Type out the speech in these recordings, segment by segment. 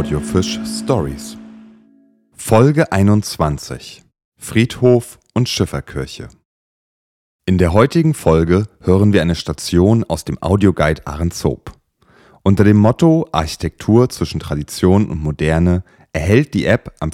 Audiofisch Stories. Folge 21: Friedhof und Schifferkirche. In der heutigen Folge hören wir eine Station aus dem Audioguide Ahrenshoop. Unter dem Motto Architektur zwischen Tradition und Moderne erhält die App am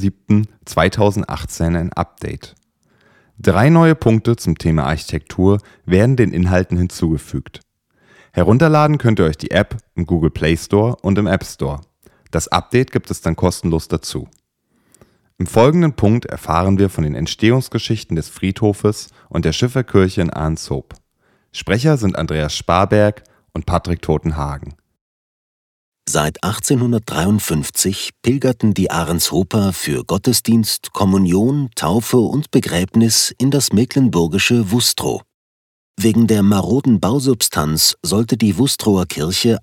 4.7.2018 ein Update. 3 neue Punkte zum Thema Architektur werden den Inhalten hinzugefügt. Herunterladen könnt ihr euch die App im Google Play Store und im App Store. Das Update gibt es dann kostenlos dazu. Im folgenden Punkt erfahren wir von den Entstehungsgeschichten des Friedhofes und der Schifferkirche in Ahrenshoop. Sprecher sind Andreas Sparberg und Patrick Totenhagen. Seit 1853 pilgerten die Ahrenshoper für Gottesdienst, Kommunion, Taufe und Begräbnis in das mecklenburgische Wustrow. Wegen der maroden Bausubstanz sollte die Wustrower Kirche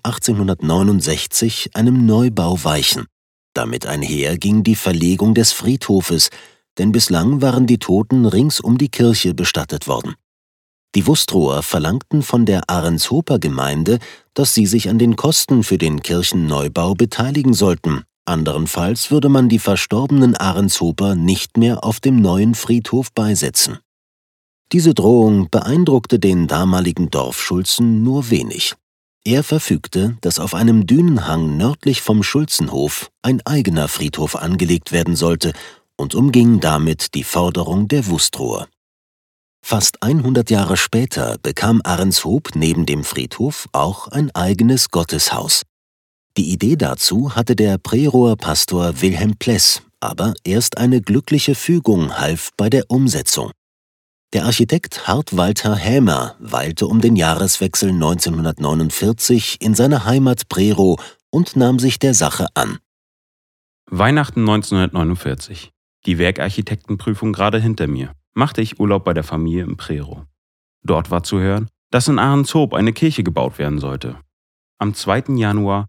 1869 einem Neubau weichen. Damit einher ging die Verlegung des Friedhofes, denn bislang waren die Toten rings um die Kirche bestattet worden. Die Wustrower verlangten von der Ahrenshoper Gemeinde, dass sie sich an den Kosten für den Kirchenneubau beteiligen sollten. Anderenfalls würde man die verstorbenen Ahrenshoper nicht mehr auf dem neuen Friedhof beisetzen. Diese Drohung beeindruckte den damaligen Dorfschulzen nur wenig. Er verfügte, dass auf einem Dünenhang nördlich vom Schulzenhof ein eigener Friedhof angelegt werden sollte und umging damit die Forderung der Wustrower. Fast 100 Jahre später bekam Ahrenshoop neben dem Friedhof auch ein eigenes Gotteshaus. Die Idee dazu hatte der Prerower Pastor Wilhelm Pless, aber erst eine glückliche Fügung half bei der Umsetzung. Der Architekt Hart Walter Hämer weilte um den Jahreswechsel 1949 in seiner Heimat Prerow und nahm sich der Sache an. Weihnachten 1949. Die Werkarchitektenprüfung gerade hinter mir. Machte ich Urlaub bei der Familie in Prerow. Dort war zu hören, dass in Ahrenshoop eine Kirche gebaut werden sollte. Am 2. Januar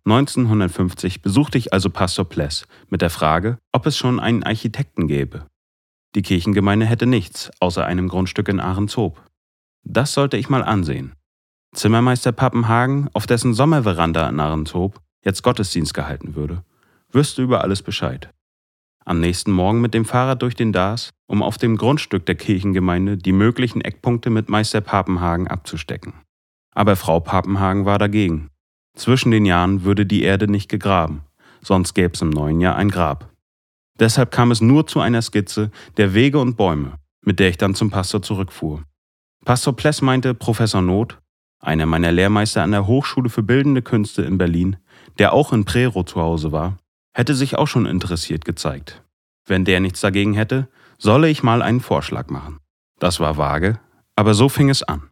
1950 besuchte ich also Pastor Pless mit der Frage, ob es schon einen Architekten gäbe. Die Kirchengemeinde hätte nichts, außer einem Grundstück in Ahrenshoop. Das sollte ich mal ansehen. Zimmermeister Pappenhagen, auf dessen Sommerveranda in Ahrenshoop jetzt Gottesdienst gehalten würde, wüsste über alles Bescheid. Am nächsten Morgen mit dem Fahrrad durch den Dars, um auf dem Grundstück der Kirchengemeinde die möglichen Eckpunkte mit Meister Pappenhagen abzustecken. Aber Frau Pappenhagen war dagegen. Zwischen den Jahren würde die Erde nicht gegraben, sonst gäbe es im neuen Jahr ein Grab. Deshalb kam es nur zu einer Skizze der Wege und Bäume, mit der ich dann zum Pastor zurückfuhr. Pastor Pless meinte, Professor Noth, einer meiner Lehrmeister an der Hochschule für Bildende Künste in Berlin, der auch in Prerow zu Hause war, hätte sich auch schon interessiert gezeigt. Wenn der nichts dagegen hätte, solle ich mal einen Vorschlag machen. Das war vage, aber so fing es an.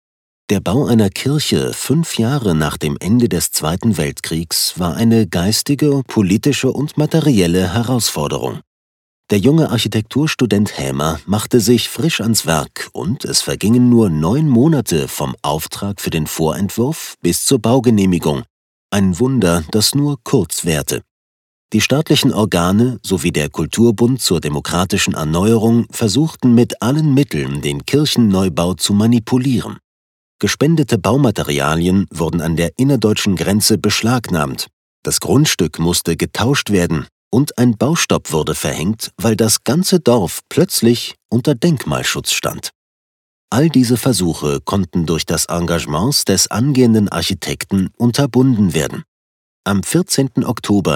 Der Bau einer Kirche 5 Jahre nach dem Ende des Zweiten Weltkriegs war eine geistige, politische und materielle Herausforderung. Der junge Architekturstudent Hämer machte sich frisch ans Werk und es vergingen nur 9 Monate vom Auftrag für den Vorentwurf bis zur Baugenehmigung. Ein Wunder, das nur kurz währte. Die staatlichen Organe sowie der Kulturbund zur demokratischen Erneuerung versuchten mit allen Mitteln, den Kirchenneubau zu manipulieren. Gespendete Baumaterialien wurden an der innerdeutschen Grenze beschlagnahmt. Das Grundstück musste getauscht werden und ein Baustopp wurde verhängt, weil das ganze Dorf plötzlich unter Denkmalschutz stand. All diese Versuche konnten durch das Engagement des angehenden Architekten unterbunden werden. Am 14. Oktober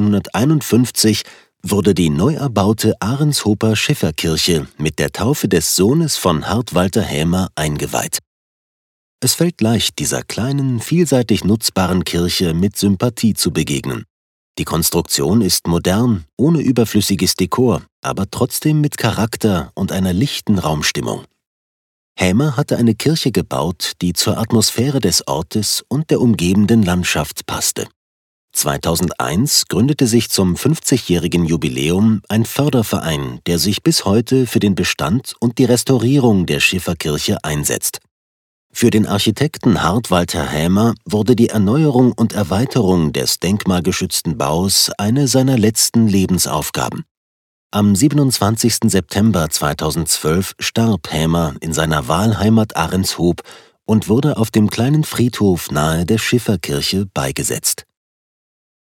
1951 wurde die neu erbaute Ahrenshoper Schifferkirche mit der Taufe des Sohnes von Hart Walter Hämer eingeweiht. Es fällt leicht, dieser kleinen, vielseitig nutzbaren Kirche mit Sympathie zu begegnen. Die Konstruktion ist modern, ohne überflüssiges Dekor, aber trotzdem mit Charakter und einer lichten Raumstimmung. Hämer hatte eine Kirche gebaut, die zur Atmosphäre des Ortes und der umgebenden Landschaft passte. 2001 gründete sich zum 50-jährigen Jubiläum ein Förderverein, der sich bis heute für den Bestand und die Restaurierung der Schifferkirche einsetzt. Für den Architekten Hart Walter Hämer wurde die Erneuerung und Erweiterung des denkmalgeschützten Baus eine seiner letzten Lebensaufgaben. Am 27. September 2012 starb Hämer in seiner Wahlheimat Ahrenshoop und wurde auf dem kleinen Friedhof nahe der Schifferkirche beigesetzt.